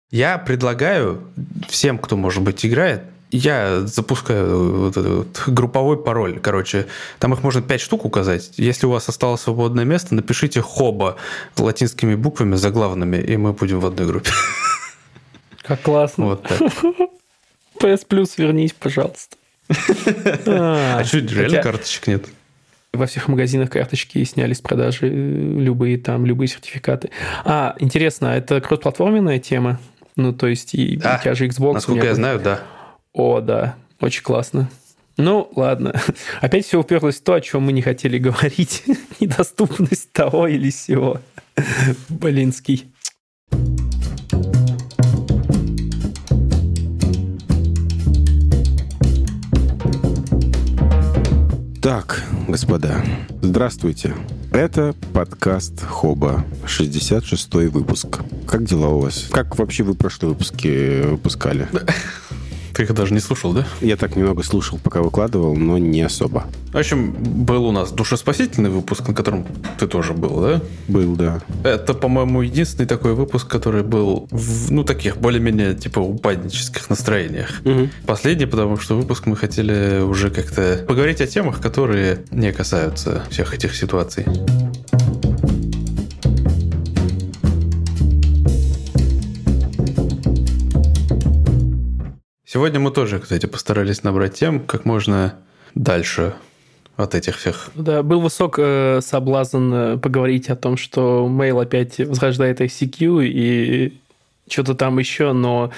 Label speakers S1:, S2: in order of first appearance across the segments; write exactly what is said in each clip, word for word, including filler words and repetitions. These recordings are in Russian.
S1: Я предлагаю всем, кто, может быть, играет, я запускаю вот этот вот групповой пароль. Короче, там их можно пять штук указать. Если у вас осталось свободное место, напишите «Хоба» латинскими буквами заглавными, и мы будем в одной группе.
S2: Как классно.
S1: Вот так.
S2: пи эс Plus вернись, пожалуйста.
S1: А что, реально карточек нет?
S2: Во всех магазинах карточки сняли с продажи любые там, любые сертификаты. А, интересно, это кроссплатформенная тема? Ну, то есть, и
S1: да.
S2: у тебя же Xbox.
S1: Насколько я знаю, да.
S2: О, да, очень классно. Ну, ладно. Опять все уперлось в то, о чем мы не хотели говорить. Недоступность того или сего. Блинский.
S3: Так, господа, здравствуйте. Это подкаст Хоба, шестьдесят шестой выпуск. Как дела у вас? Как вообще вы прошлые выпуски выпускали?
S1: Ты их даже не слушал, да?
S3: Я так немного слушал, пока выкладывал, но не особо.
S1: В общем, был у нас душеспасительный выпуск, на котором ты тоже был, да?
S3: Был, да.
S1: Это, по-моему, единственный такой выпуск, который был в, ну, таких более-менее, типа, упаднических настроениях.
S3: Угу.
S1: Последний, потому что выпуск мы хотели уже как-то поговорить о темах, которые не касаются всех этих ситуаций. Сегодня мы тоже, кстати, постарались набрать тем как можно дальше от этих всех.
S2: Да, был высок э, соблазн э, поговорить о том, что Mail опять возрождает ай си кью и что-то там еще, но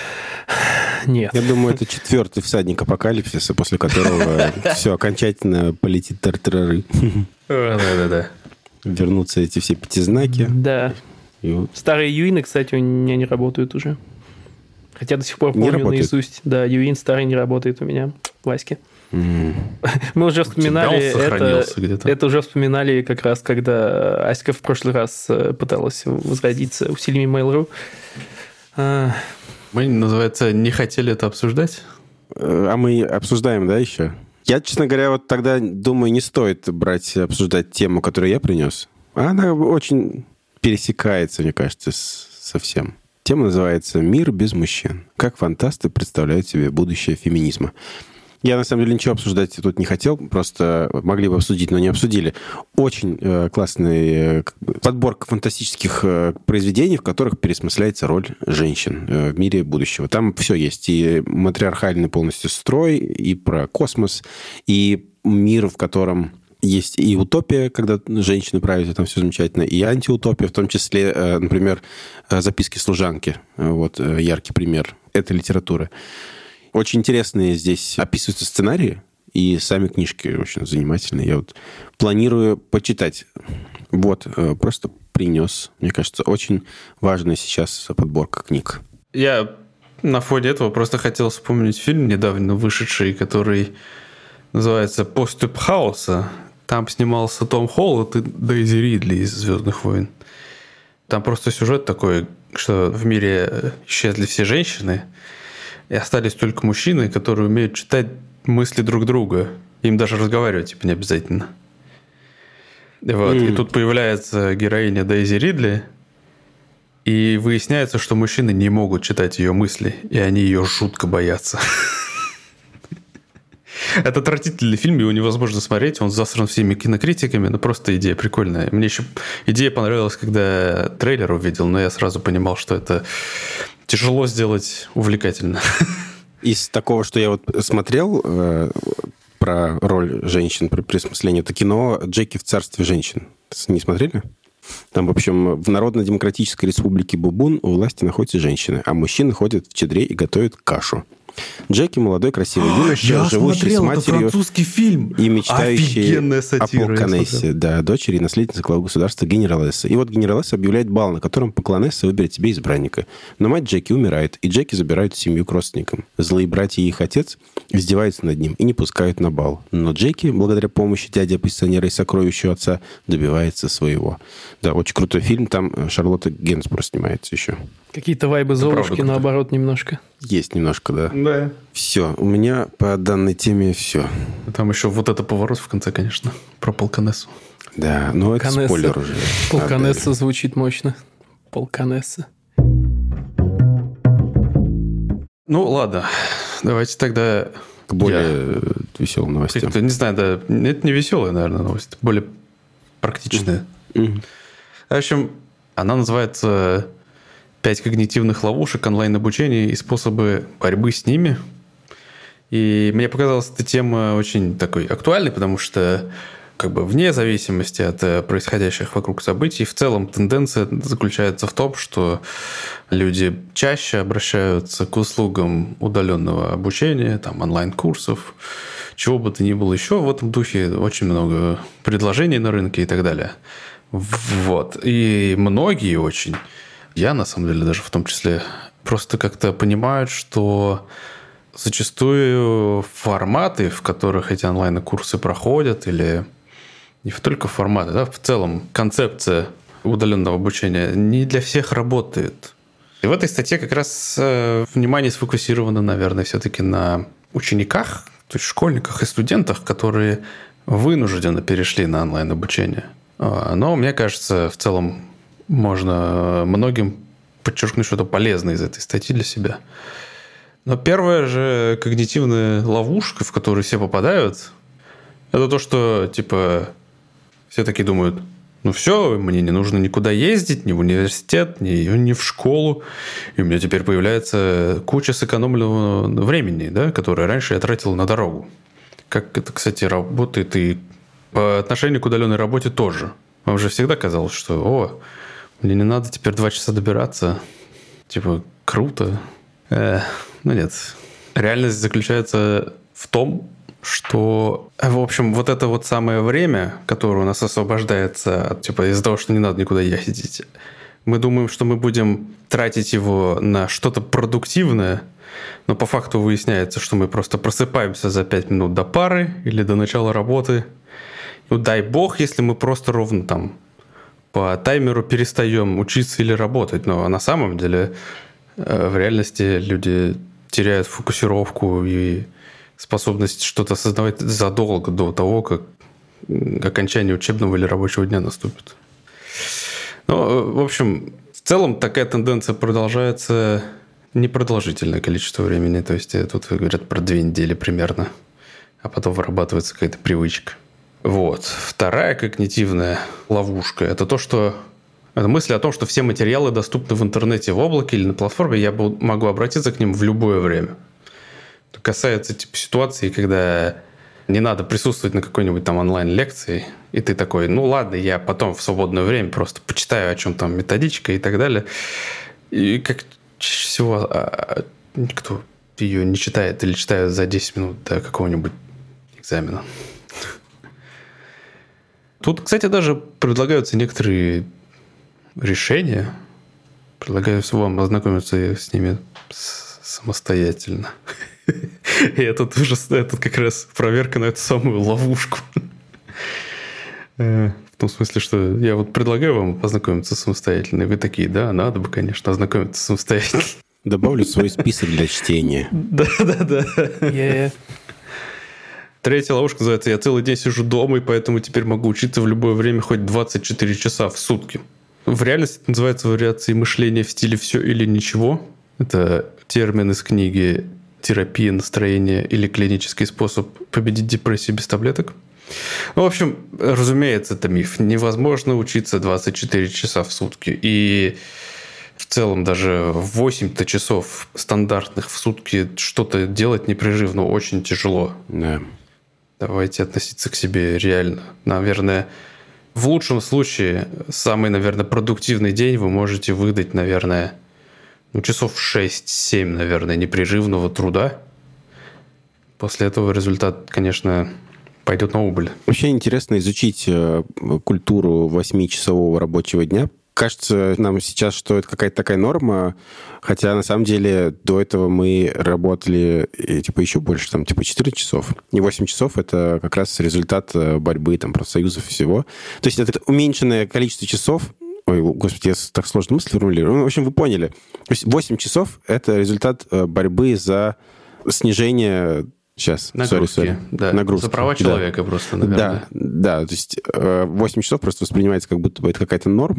S2: нет.
S3: Я думаю, это четвертый всадник апокалипсиса, после которого все окончательно полетит тартарары.
S1: Да-да-да.
S3: Вернутся эти все пятизнаки.
S2: Да. Старые юины, кстати, у меня не работают уже. Хотя до сих пор помню наизусть. Да, Юин старый не работает у меня в Ваське. Mm. Мы уже вспоминали это, это уже вспоминали как раз, когда Аська в прошлый раз пыталась возродиться усилиями Mail.ru.
S1: А... Мы, называется, не хотели это обсуждать.
S3: А мы обсуждаем, да, еще? Я, честно говоря, вот тогда думаю, не стоит брать, обсуждать тему, которую я принес. Она очень пересекается, мне кажется, с, со всем. Тема называется «Мир без мужчин. Как фантасты представляют себе будущее феминизма». Я, на самом деле, ничего обсуждать тут не хотел, просто могли бы обсудить, но не обсудили. Очень э, классная э, подборка фантастических э, произведений, в которых пересмысляется роль женщин э, в мире будущего. Там все есть. И матриархальный полностью строй, и про космос, и мир, в котором... Есть и утопия, когда женщины правят, и там все замечательно, и антиутопия, в том числе, например, «Записки служанки». Вот яркий пример. Это литература. Очень интересные здесь описываются сценарии, и сами книжки очень занимательные. Я вот планирую почитать. Вот, просто принес. Мне кажется, очень важная сейчас подборка книг.
S1: Я на фоне этого просто хотел вспомнить фильм, недавно вышедший, который называется «Поступь хаоса». Там снимался Том Холланд и Дейзи Ридли из «Звездных войн». Там просто сюжет такой, что в мире исчезли все женщины, и остались только мужчины, которые умеют читать мысли друг друга. Им даже разговаривать типа не обязательно. Вот. Mm. И тут появляется героиня Дейзи Ридли, и выясняется, что мужчины не могут читать ее мысли, и они ее жутко боятся. Это отвратительный фильм, его невозможно смотреть, он засран всеми кинокритиками, но просто идея прикольная. Мне еще идея понравилась, когда трейлер увидел, но я сразу понимал, что это тяжело сделать увлекательно.
S3: Из такого, что я вот смотрел э, про роль женщин при переосмыслении, это кино «Джеки в царстве женщин». Не смотрели? Там, в общем, в Народно-демократической республике Бубун у власти находятся женщины, а мужчины ходят в чедре и готовят кашу. Джеки молодой, красивый юноша, живущий
S1: смотрел,
S3: с матерью
S1: французский фильм.
S3: И мечтающий о Полконессе, да, дочери и наследницы главы государства генералессы. И вот генералесса объявляет бал, на котором Полконесса выберет себе избранника. Но мать Джеки умирает, и Джеки забирают семью к родственникам. Злые братья и их отец издеваются над ним и не пускают на бал. Но Джеки, благодаря помощи дяди-оппозиционера и сокровищу отца, добивается своего. Да, очень крутой фильм. Там Шарлотта Генсбур снимается еще.
S2: Какие-то вайбы Золушки, наоборот, немножко.
S3: Есть немножко, да.
S1: Да.
S3: Все, у меня по данной теме все.
S1: Там еще вот это поворот в конце, конечно, про Полконессу.
S3: Да, но это спойлер уже.
S2: Полконесса звучит мощно. Полконесса.
S1: Ну, ладно. Давайте тогда...
S3: К более я... веселым новостям.
S1: Не знаю, да. Это не веселая, наверное, новость. Более практичная.
S3: Mm-hmm.
S1: В общем, она называется «Пять когнитивных ловушек онлайн-обучения и способы борьбы с ними». И мне показалась эта тема очень такой актуальной, потому что как бы вне зависимости от происходящих вокруг событий, в целом тенденция заключается в том, что люди чаще обращаются к услугам удаленного обучения, там, онлайн-курсов, чего бы то ни было еще в этом духе, очень много предложений на рынке и так далее. Вот. И многие очень, я на самом деле даже в том числе, просто как-то понимают, что зачастую форматы, в которых эти онлайн-курсы проходят, или не только форматы, да, в целом концепция удаленного обучения не для всех работает. И в этой статье как раз внимание сфокусировано, наверное, все-таки на учениках, то есть школьниках и студентах, которые вынужденно перешли на онлайн-обучение. Но, мне кажется, в целом можно многим подчеркнуть что-то полезное из этой статьи для себя. Но первая же когнитивная ловушка, в которую все попадают, это то, что, типа, все таки думают, ну все, мне не нужно никуда ездить, ни в университет, ни, ни в школу, и у меня теперь появляется куча сэкономленного времени, да, которое раньше я тратил на дорогу. Как это, кстати, работает и по отношению к удаленной работе тоже. Вам же всегда казалось, что, о, мне не надо теперь два часа добираться, типа, круто. Эх. Ну нет. Реальность заключается в том, что, в общем, вот это вот самое время, которое у нас освобождается от, типа, из-за того, что не надо никуда ездить, мы думаем, что мы будем тратить его на что-то продуктивное, но по факту выясняется, что мы просто просыпаемся за пять минут до пары или до начала работы. Ну, дай бог, если мы просто ровно там по таймеру перестаем учиться или работать. Но на самом деле в реальности люди теряют фокусировку и способность что-то осознавать задолго до того, как окончание учебного или рабочего дня наступит. Ну, в общем, в целом такая тенденция продолжается непродолжительное количество времени. То есть тут говорят про две недели примерно, а потом вырабатывается какая-то привычка. Вот. Вторая когнитивная ловушка – это то, что это мысль о том, что все материалы доступны в интернете, в облаке или на платформе, я могу обратиться к ним в любое время. Это касается типа ситуации, когда не надо присутствовать на какой-нибудь там онлайн-лекции, и ты такой, ну ладно, я потом в свободное время просто почитаю, о чем там методичка и так далее. И как чаще всего никто ее не читает или читает за десять минут до какого-нибудь экзамена. Тут, кстати, даже предлагаются некоторые решения. Предлагаю вам ознакомиться с ними самостоятельно. И это тоже это как раз проверка на эту самую ловушку. В том смысле, что я вот предлагаю вам познакомиться самостоятельно, и вы такие, да, надо бы, конечно, ознакомиться самостоятельно.
S3: Добавлю свой список для чтения.
S1: Да-да-да.
S2: Yeah.
S1: Третья ловушка называется «Я целый день сижу дома, и поэтому теперь могу учиться в любое время хоть двадцать четыре часа в сутки». В реальности это называется вариацией мышления в стиле «все или ничего». Это термин из книги «Терапия настроения или клинический способ победить депрессию без таблеток». Ну, в общем, разумеется, это миф. Невозможно учиться двадцать четыре часа в сутки. И в целом даже восемь часов стандартных в сутки что-то делать непрерывно очень тяжело.
S3: Да.
S1: Давайте относиться к себе реально. Наверное, в лучшем случае самый, наверное, продуктивный день вы можете выдать, наверное, ну, часов шесть-семь, наверное, непрерывного труда. После этого результат, конечно, пойдет на убыль.
S3: Вообще интересно изучить культуру восьмичасового рабочего дня. Кажется нам сейчас, что это какая-то такая норма, хотя на самом деле до этого мы работали типа еще больше, там типа четыре часов. Не восемь часов, это как раз результат борьбы там профсоюзов и всего. То есть это уменьшенное количество часов. Ой, господи, я так сложно мысль формулирую. Ну, в общем, вы поняли. То есть восемь часов — это результат борьбы за снижение... Сейчас,
S1: нагрузки,
S3: sorry, sorry.
S1: Да.
S3: Нагрузки.
S1: За права человека, да. Просто, наверное.
S3: Да, да, то есть восемь часов просто воспринимается как будто бы это какая-то норма,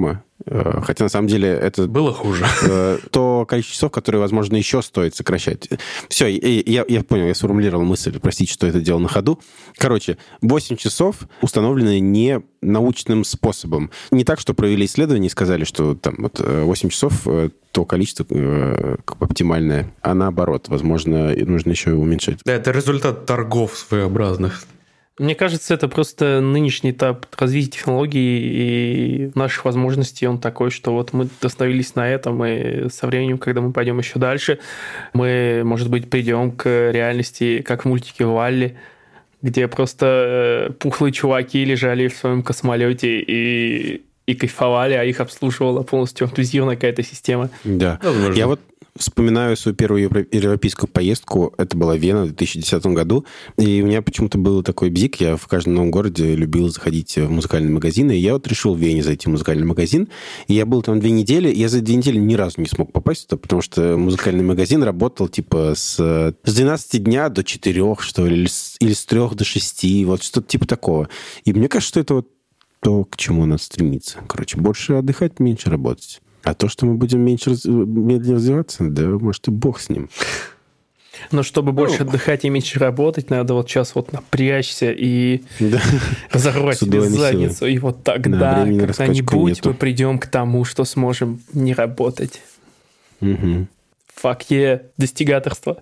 S3: Хотя, на самом деле, это...
S1: Было хуже.
S3: То количество часов, которое, возможно, еще стоит сокращать. Все, я, я понял, я сформулировал мысль. Простите, что это делал на ходу. Короче, восемь часов установлены не научным способом. Не так, что провели исследование и сказали, что там вот восемь часов то количество э, оптимальное, а наоборот, возможно, нужно еще уменьшать.
S1: Да, это результат торгов своеобразных.
S2: Мне кажется, это просто нынешний этап развития технологий и наших возможностей, он такой, что вот мы остановились на этом, и со временем, когда мы пойдем еще дальше, мы, может быть, придем к реальности, как в мультике «Валли», где просто пухлые чуваки лежали в своем космолете и, и кайфовали, а их обслуживала полностью автоматизированная какая-то система.
S3: Да. Возможно. Я вот вспоминаю свою первую европейскую поездку. Это была Вена в две тысячи десятом году. И у меня почему-то был такой бзик. Я в каждом новом городе любил заходить в музыкальные магазины. И я вот решил в Вене зайти в музыкальный магазин. И я был там две недели. И я за две недели ни разу не смог попасть туда, потому что музыкальный магазин работал типа с, с двенадцати дня до четырёх, что ли, или с, или с трех до шести. Вот что-то типа такого. И мне кажется, что это вот то, к чему надо стремиться. Короче, больше отдыхать, меньше работать. А то, что мы будем меньше раз... медленнее развиваться, да, может, и бог с ним.
S2: Но чтобы больше ну, отдыхать и меньше работать, надо вот сейчас вот напрячься и да. разорвать себе задницу. Силы. И вот тогда когда-нибудь мы придем к тому, что сможем не работать.
S3: Угу.
S2: Fuck yeah, достигаторство.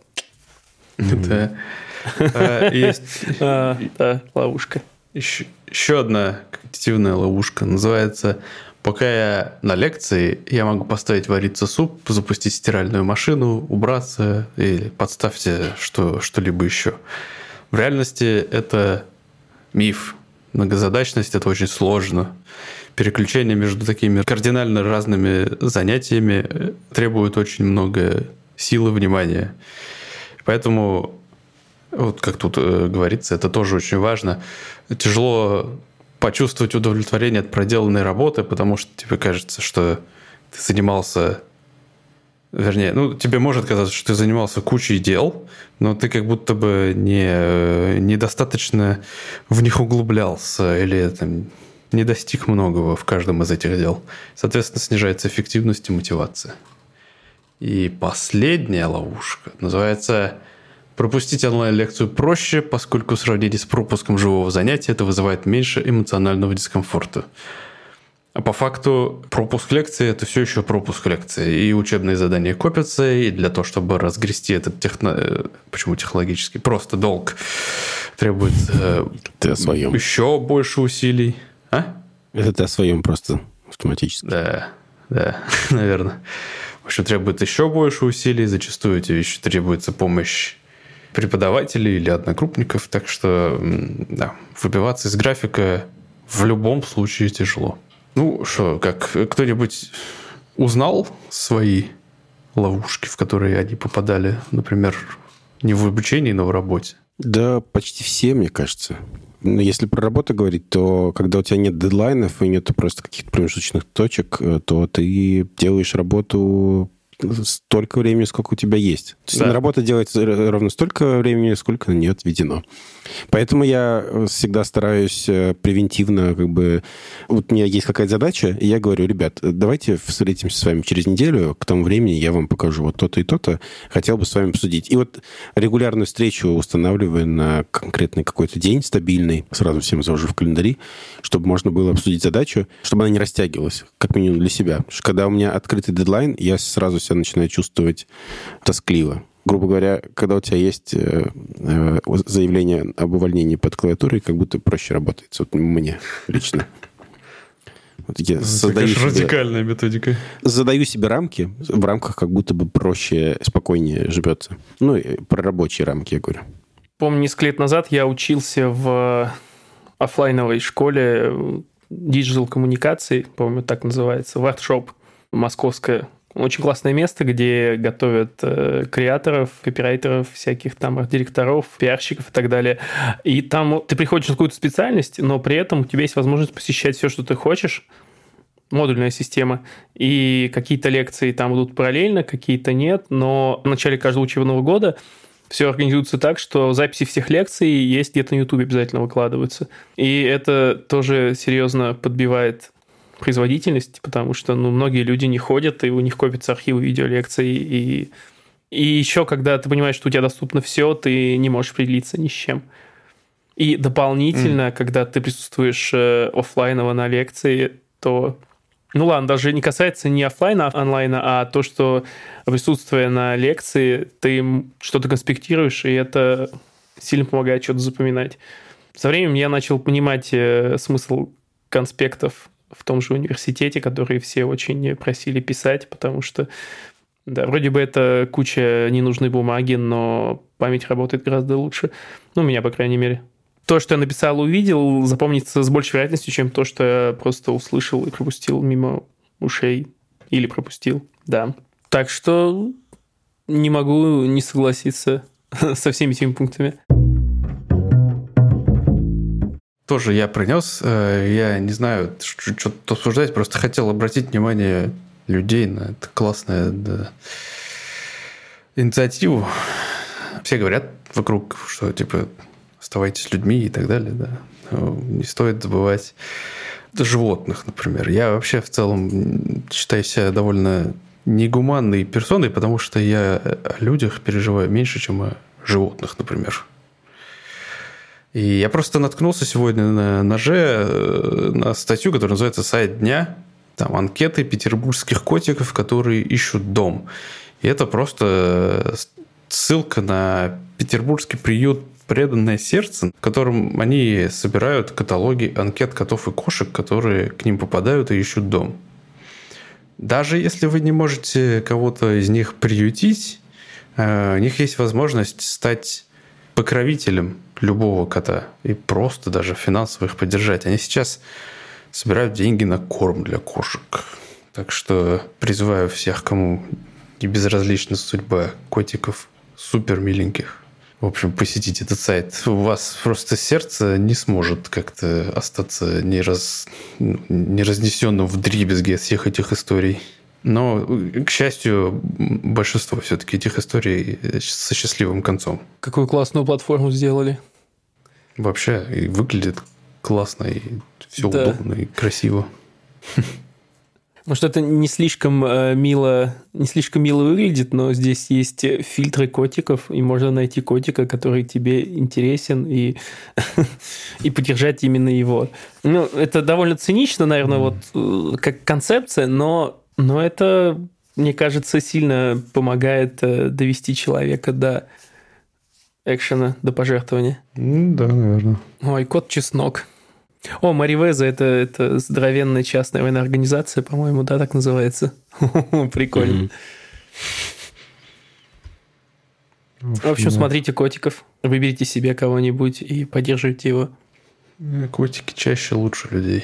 S1: Да. Есть...
S2: Да, ловушка.
S1: Еще одна когнитивная ловушка. Называется... Пока я на лекции, я могу поставить вариться суп, запустить стиральную машину, убраться или подставьте что, что-либо еще. В реальности это миф. Многозадачность – это очень сложно. Переключение между такими кардинально разными занятиями требует очень много сил и внимания. Поэтому, вот как тут говорится, это тоже очень важно. Тяжело почувствовать удовлетворение от проделанной работы, потому что тебе кажется, что ты занимался... Вернее, ну, тебе может казаться, что ты занимался кучей дел, но ты как будто бы не, недостаточно в них углублялся или там, не достиг многого в каждом из этих дел. Соответственно, снижается эффективность и мотивация. И последняя ловушка называется... Пропустить онлайн-лекцию проще, поскольку в сравнении с пропуском живого занятия это вызывает меньше эмоционального дискомфорта. А по факту пропуск лекции – это все еще пропуск лекции. И учебные задания копятся, и для того, чтобы разгрести этот техно... Почему технологический? Просто долг требует
S3: ты о своем.
S1: Еще больше усилий. А?
S3: Это ты о своем просто автоматически.
S1: Да, да, наверное. В общем, требует еще больше усилий. Зачастую эти вещи требуется помощь преподавателей или одногруппников, так что да, выбиваться из графика в любом случае тяжело. Ну что, как кто-нибудь узнал свои ловушки, в которые они попадали, например, не в обучении, но в работе?
S3: Да, почти все, мне кажется. Но если про работу говорить, то когда у тебя нет дедлайнов и нет просто каких-то промежуточных точек, то ты делаешь работу столько времени, сколько у тебя есть. Да. Работа делается ровно столько времени, сколько на нее отведено. Поэтому я всегда стараюсь превентивно, как бы... Вот у меня есть какая-то задача, и я говорю, ребят, давайте встретимся с вами через неделю, к тому времени я вам покажу вот то-то и то-то, хотел бы с вами обсудить. И вот регулярную встречу устанавливаю на конкретный какой-то день стабильный, сразу всем завожу в календари, чтобы можно было обсудить задачу, чтобы она не растягивалась, как минимум для себя. Потому что когда у меня открытый дедлайн, я сразу себя начинаю чувствовать тоскливо. Грубо говоря, когда у тебя есть заявление об увольнении под клавиатурой, как будто проще работает. Вот мне лично. Вот я
S1: создаю себе, радикальная методика.
S3: Задаю себе рамки, в рамках как будто бы проще, спокойнее живется. Ну, и про рабочие рамки я говорю.
S2: Помню, несколько лет назад я учился в офлайновой школе диджитал-коммуникаций, по-моему, так называется, WordShop, московская. Очень классное место, где готовят э, креаторов, копирайтеров, всяких там директоров, пиарщиков и так далее. И там ты приходишь на какую-то специальность, но при этом у тебя есть возможность посещать все, что ты хочешь. Модульная система. И какие-то лекции там идут параллельно, какие-то нет. Но в начале каждого учебного года все организуется так, что записи всех лекций есть где-то на YouTube обязательно выкладываются. И это тоже серьезно подбивает производительность, потому что ну, многие люди не ходят, и у них копятся архивы видеолекций, и, и еще, когда ты понимаешь, что у тебя доступно все, ты не можешь определиться ни с чем. И дополнительно, mm. когда ты присутствуешь э, офлайново на лекции, то... Ну ладно, даже не касается не офлайна, а онлайна, а то, что присутствуя на лекции, ты что-то конспектируешь, и это сильно помогает что-то запоминать. Со временем я начал понимать э, смысл конспектов в том же университете, которые все очень просили писать, потому что, да, вроде бы это куча ненужной бумаги, но память работает гораздо лучше. Ну, у меня, по крайней мере. То, что я написал и увидел, запомнится с большей вероятностью, чем то, что я просто услышал и пропустил мимо ушей. Или пропустил, да. Так что не могу не согласиться со всеми этими пунктами.
S1: Тоже я принес. Я не знаю, что-то обсуждать, просто хотел обратить внимание людей на это классное да, инициативу. Все говорят вокруг, что типа оставайтесь людьми и так далее. Да. Но не стоит забывать животных, например. Я вообще в целом считаю себя довольно негуманной персоной, потому что я о людях переживаю меньше, чем о животных, например. И я просто наткнулся сегодня на ноже на статью, которая называется «Сайт дня». Там анкеты петербургских котиков, которые ищут дом. И это просто ссылка на петербургский приют «Преданное сердце», в котором они собирают каталоги анкет котов и кошек, которые к ним попадают и ищут дом. Даже если вы не можете кого-то из них приютить, у них есть возможность стать покровителем любого кота и просто даже финансово их поддержать. Они сейчас собирают деньги на корм для кошек. Так что призываю всех, кому не безразлична судьба котиков супер миленьких, в общем, посетить этот сайт. У вас просто сердце не сможет как-то остаться не, раз... не разнесенным вдребезги от всех этих историй. Но, к счастью, большинство все-таки этих историй со счастливым концом.
S2: Какую классную платформу сделали.
S1: Вообще, и выглядит классно, и все да. удобно, и красиво.
S2: Может, это не слишком э, мило, не слишком мило выглядит, но здесь есть фильтры котиков, и можно найти котика, который тебе интересен, и, и поддержать именно его. Ну, это довольно цинично, наверное, вот э, как концепция, но, но это, мне кажется, сильно помогает э, довести человека до экшена, до пожертвования.
S1: Mm, да, наверное.
S2: Ой, кот-чеснок. О, Маривеза, это, это здоровенная частная военная организация, по-моему, да, так называется. Прикольно. В общем, смотрите котиков, выберите себе кого-нибудь и поддерживайте его.
S1: Котики чаще лучше людей.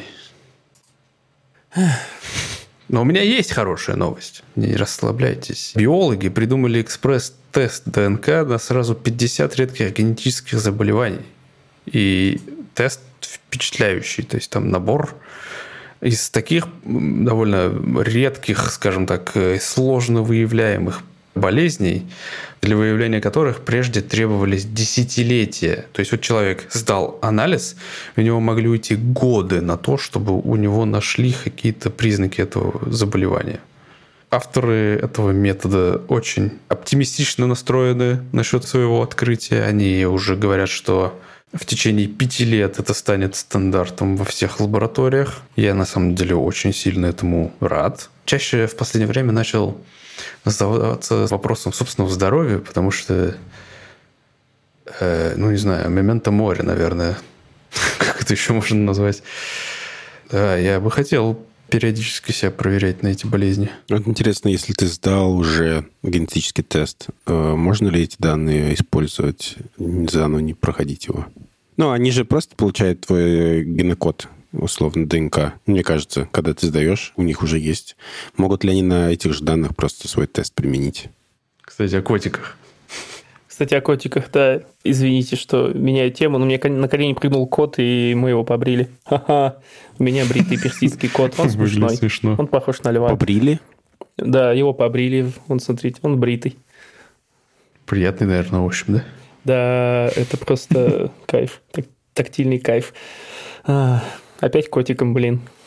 S1: Но у меня есть хорошая новость. Не расслабляйтесь. Биологи придумали экспресс-тест ДНК на сразу пятьдесят редких генетических заболеваний. И тест впечатляющий. То есть там набор из таких довольно редких, скажем так, сложно выявляемых болезней, для выявления которых прежде требовались десятилетия. То есть вот человек сдал анализ, у него могли уйти годы на то, чтобы у него нашли какие-то признаки этого заболевания. Авторы этого метода очень оптимистично настроены насчет своего открытия. Они уже говорят, что в течение пяти лет это станет стандартом во всех лабораториях. Я, на самом деле, очень сильно этому рад. Чаще в последнее время начал задаваться вопросом собственного здоровья, потому что, э, ну, не знаю, мементо море, наверное. Как это еще можно назвать? Да, я бы хотел периодически себя проверять на эти болезни.
S3: Вот интересно, если ты сдал уже генетический тест, можно ли эти данные использовать, заново не проходить его? Ну, они же просто получают твой генокод, условно, ДНК. Мне кажется, когда ты сдаешь, у них уже есть. Могут ли они на этих же данных просто свой тест применить?
S1: Кстати, о котиках.
S2: Кстати, о котиках, да. Извините, что меняю тему, но мне на колени прыгнул кот, и мы его побрили. Ха-ха. У меня бритый персидский кот. Он смешной. Он похож на льва.
S3: Побрили?
S2: Да, его побрили. Вон, смотрите, он бритый.
S1: Приятный, наверное, в общем, да?
S2: Да, это просто кайф. Тактильный кайф. Опять котиком, блин.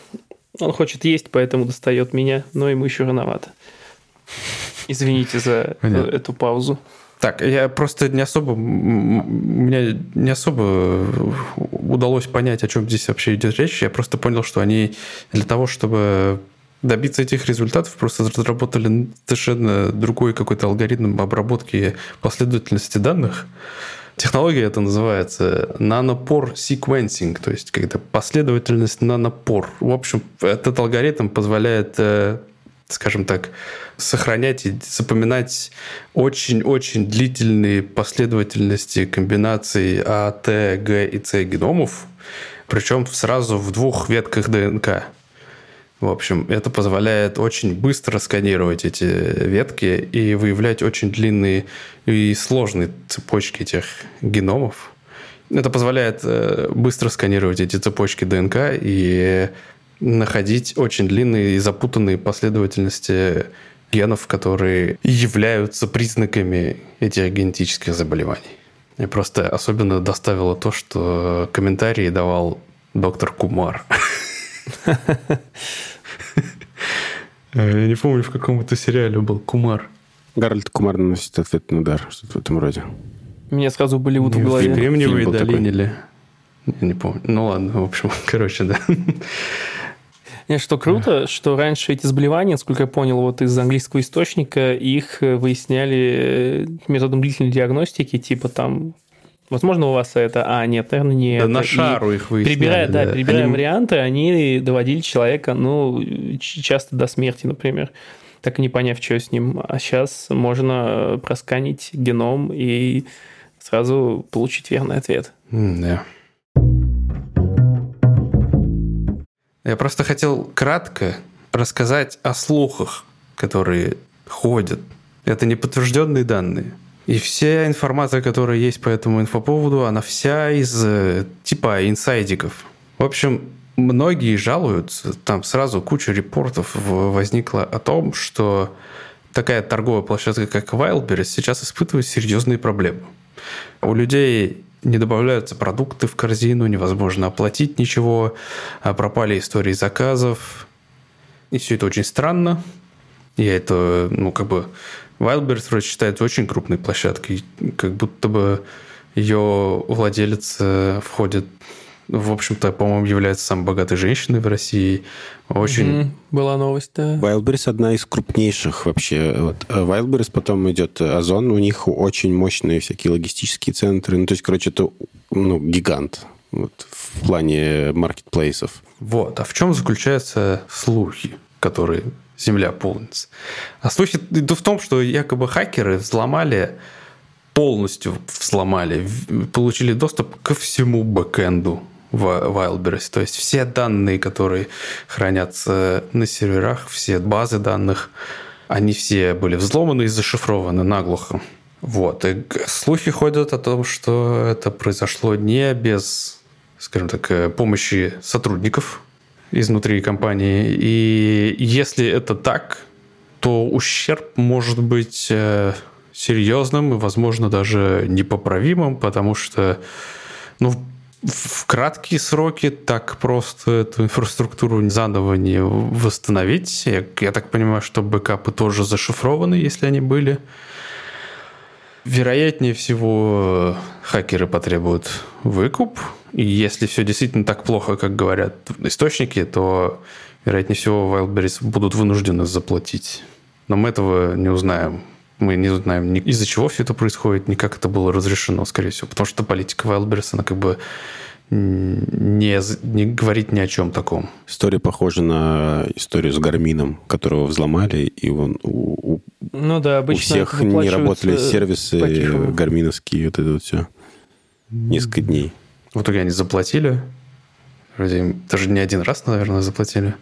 S2: Он хочет есть, поэтому достает меня, но ему еще рановато. Извините за Понятно. Эту паузу.
S1: Так, я просто не особо... Мне не особо удалось понять, о чем здесь вообще идет речь. Я просто понял, что они для того, чтобы добиться этих результатов, просто разработали совершенно другой какой-то алгоритм обработки последовательности данных. Технология это называется nanopore sequencing, то есть когда последовательность нанопор. В общем, этот алгоритм позволяет, скажем так, сохранять и запоминать очень-очень длительные последовательности комбинаций А, Т, Г и С геномов, причем сразу в двух ветках ДНК. В общем, это позволяет очень быстро сканировать эти ветки и выявлять очень длинные и сложные цепочки этих геномов. Это позволяет быстро сканировать эти цепочки ДНК и находить очень длинные и запутанные последовательности генов, которые являются признаками этих генетических заболеваний. Мне просто особенно доставило то, что комментарии давал доктор Кумар. Я не помню, в каком это сериале был Кумар.
S3: Гарольд Кумар наносит ответный удар, что-то в этом роде.
S2: У меня сразу Болливуд в голове.
S1: В Кремниевой долине ли? Я не помню. Ну ладно, в общем, короче, да.
S2: Нет, что круто, что раньше эти заболевания, насколько я понял, вот из английского источника, их выясняли методом длительной диагностики, типа там... Возможно, у вас это... А, нет, наверное, не
S1: да
S2: это.
S1: на шару и их выясняли.
S2: Перебирая, да,
S1: да.
S2: перебирая
S1: они...
S2: варианты, они доводили человека, ну, часто до смерти, например, так и не поняв, что с ним. А сейчас можно просканить геном и сразу получить верный ответ.
S1: Да. Я просто хотел кратко рассказать о слухах, которые ходят. Это неподтвержденные данные. И вся информация, которая есть по этому инфоповоду, она вся из типа инсайдиков. В общем, многие жалуются, там сразу куча репортов возникла о том, что такая торговая площадка, как Wildberries, сейчас испытывает серьезные проблемы. У людей не добавляются продукты в корзину, невозможно оплатить ничего, пропали истории заказов. И все это очень странно. Я это, ну, как бы... Wildberries вроде считается очень крупной площадкой, как будто бы ее владелец входит, в общем-то, по-моему, является самой богатой женщиной в России. Очень... Mm-hmm.
S2: Была новость, да.
S3: Wildberries одна из крупнейших вообще. Вот. Wildberries, потом идет Озон, у них очень мощные всякие логистические центры. Ну, то есть, короче, это ну, гигант вот, в плане маркетплейсов.
S1: Вот. А в чем заключаются слухи, которые... Земля полнится. А слухи идут в том, что якобы хакеры взломали, полностью взломали, получили доступ ко всему бэкэнду в Wildberries. То есть все данные, которые хранятся на серверах, все базы данных, они все были взломаны и зашифрованы наглухо. Вот. И слухи ходят о том, что это произошло не без, скажем так, помощи сотрудников изнутри компании. И если это так, то ущерб может быть серьезным и, возможно, даже непоправимым, потому что ну, в краткие сроки так просто эту инфраструктуру заново не восстановить. Я, я так понимаю, что бэкапы тоже зашифрованы, если они были. Вероятнее всего, хакеры потребуют выкуп. И если все действительно так плохо, как говорят источники, то, вероятнее всего, Wildberries будут вынуждены заплатить. Но мы этого не узнаем. Мы не узнаем, ни из-за чего все это происходит, ни как это было разрешено, скорее всего. Потому что политика Wildberries, она как бы не, не говорит ни о чем таком.
S3: История похожа на историю с Гармином, которого взломали, и он у, у,
S2: ну да,
S3: у всех не работали сервисы гарминовские, вот это вот все. Несколько дней.
S1: В итоге они заплатили. Вроде им даже не один раз, наверное, заплатили.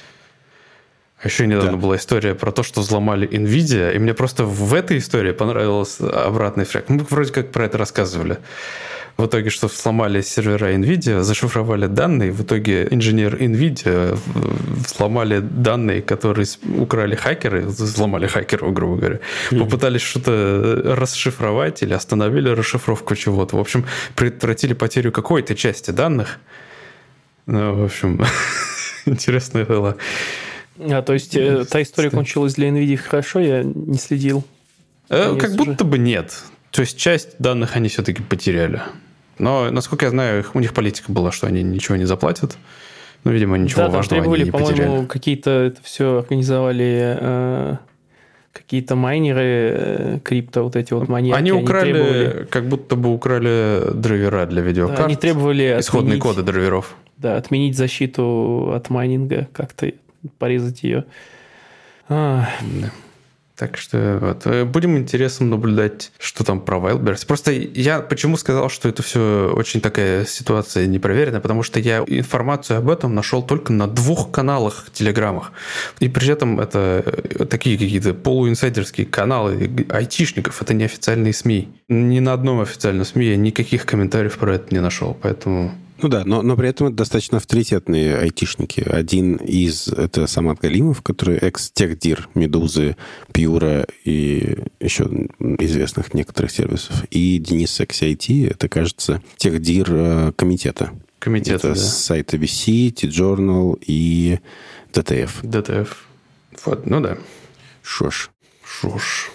S1: А еще недавно да. была история про то, что взломали NVIDIA, и мне просто в этой истории понравился обратный эффект. Мы вроде как про это рассказывали. В итоге, что сломали сервера NVIDIA, зашифровали данные, в итоге инженер NVIDIA взломали данные, которые украли хакеры, взломали хакеров, грубо говоря, mm-hmm. попытались что-то расшифровать или остановили расшифровку чего-то. В общем, предотвратили потерю какой-то части данных. Ну, в общем, Интересная была.
S2: А, то есть э, та история кончилась для NVIDIA хорошо, я не следил.
S1: Э, как будто уже. бы нет. То есть часть данных они все-таки потеряли. Но, насколько я знаю, у них политика была, что они ничего не заплатят. Ну, видимо, ничего
S2: да,
S1: важного
S2: требовали,
S1: они не потеряли.
S2: по-моему, какие-то это все организовали э, какие-то майнеры, э, крипто, вот эти вот маньяки.
S1: Они украли,
S2: они требовали...
S1: как будто бы украли драйвера для видеокарт.
S2: Да, они требовали
S1: исходные
S2: отменить,
S1: коды драйверов.
S2: Да, отменить защиту от майнинга, как-то порезать ее. А.
S1: Да. Так что вот. Будем интересно наблюдать, что там про Wildberries. Просто я почему сказал, что это все очень такая ситуация непроверенная, потому что я информацию об этом нашел только на двух каналах, телеграммах. И при этом это такие какие-то полуинсайдерские каналы айтишников, это не официальные СМИ. Ни на одном официальном СМИ я никаких комментариев про это не нашел, поэтому...
S3: Ну да, но, но при этом это достаточно авторитетные айтишники. Один из, это Самат Галимов, который экс-техдир Медузы, Пьюра и еще известных некоторых сервисов. И Денис Экси ай ти, это, кажется, техдир комитета.
S1: Комитета,
S3: это
S1: да.
S3: с сайта ви си, T-Journal и ди ти эф.
S1: ди ти эф. Вот, ну да.
S3: Шош.
S1: Шош.